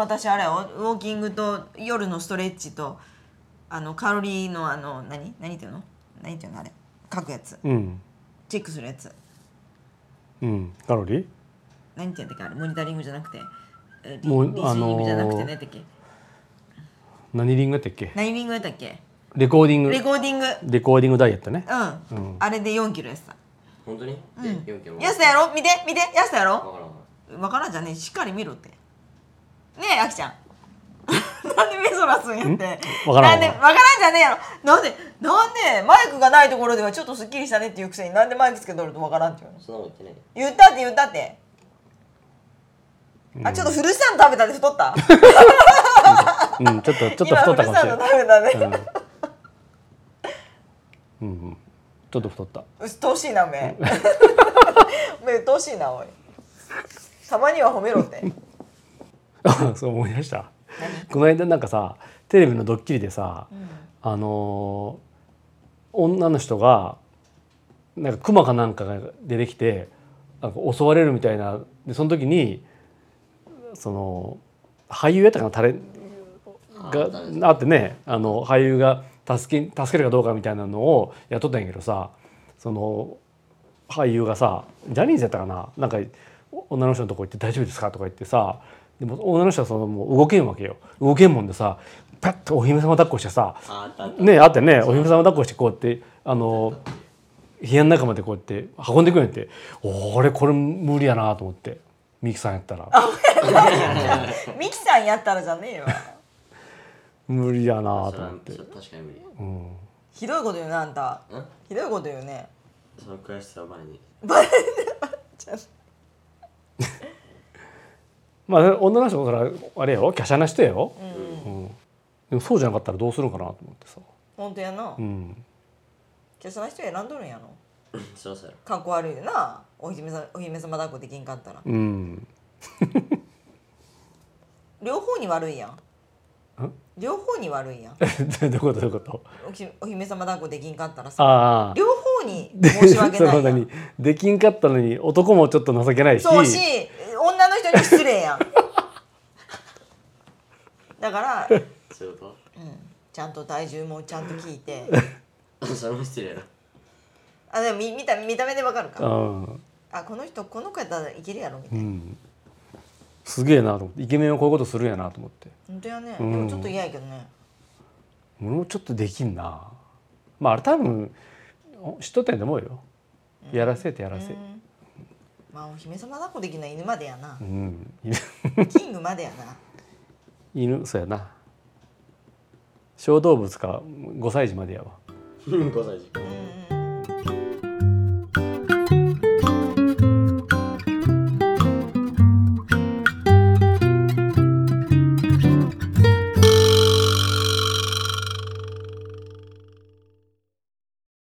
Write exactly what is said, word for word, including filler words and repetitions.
私あれよ、ウォーキングと夜のストレッチとあのカロリーのあの何何ていうの何ていうのあれ書くやつ、うん、チェックするやつ、 うん、カロリー何ていうんだっけあれ、モニタリングじゃなくてリもうリスニングじゃなくて何だっけ、 何リングやったっけ、 何リングやったっけ、 レコーディングレコーディングレコーディングダイエットね、 うん、うん、あれでよんキロやった。 本当に、 うん、安田やろ、見て見て安田やろ、分からんじゃねえ、しっかり見ろってねえ、あきちゃんなんで目そらすんやって、 分からんなんで分からんじゃねえやろ、なんでなんでマイクがないところではちょっとすっきりしたねっていうくせになんでマイクつけとると分からんって言うの。 そんなこと言ってない。 言ったって言ったって、うん、あ、ちょっとフルーツサンド食べたで太ったうん、ちょっとちょっと太ったかもしれない。 今フルーツサンド食べたね、 うん、うん、ちょっと太った。 うっとうしいな目目うっとうしいな、おい、たまには褒めろってそう思い出した。この間なんかさ、テレビのドッキリでさ、うん、あのー、女の人がなんかクマかなんかが出てきてなんか襲われるみたいなで、その時にその俳優やったかな、タレがあってね、あの俳優が助け、助けるかどうかみたいなのをやっとったんやけどさ、その俳優がさ、ジャニーズやったかな、なんか女の人のとこ行って大丈夫ですかとか言ってさ、でも女の人はそのもう動けんわけよ。動けんもんでさ、パッとお姫様抱っこしてさ、ねあってね、お姫様抱っこしてこうやってあの部屋の中までこうやって運んでくるんやって、俺これ無理やなと思って、ミキさんやったら。 ミキさんやったらじゃねえわ。 無理やなと思って。 確かに無理。 うん。 ひどいこと言うね、あんた。ひどいこと言うね。 その悔しさはバレに。 バレちゃう。 まあ女の人からあれよ、華奢な人よ、うんうん、でもそうじゃなかったらどうするのかなと思ってさ。 本当やな、うん、華奢な人選んどるんやろそうそう、かっこ悪いでな、お姫様、お姫様抱っこできんかったら、うん、両方に悪いやん、両方に悪いやんどういうことどういうこと、 お姫様抱っこできんかったらさ、両方に申し訳ないやんできんかったのに男もちょっと情けないし、 そうし女の人に失礼やんだからそういうこと、 うん、ちゃんと体重もちゃんと聞いてそれも失礼だ。 あ、でも 見, 見, た見た目でわかるか、 うん、 あ、この人この子やったらいけるやろみたいな、うん、 すげえなと思って、イケメンはこういうことするんやなと思って。 本当やね、うん、でもちょっと嫌やけどね。 俺もちょっとできんな。まああれ多分知っとったんやと思うよ、うん、やらせてやらせ、うん、 まあお姫様抱っこできない犬までやな、うん、キングまでやな犬、そうやな、小動物かごさい児までやわごさい児、うん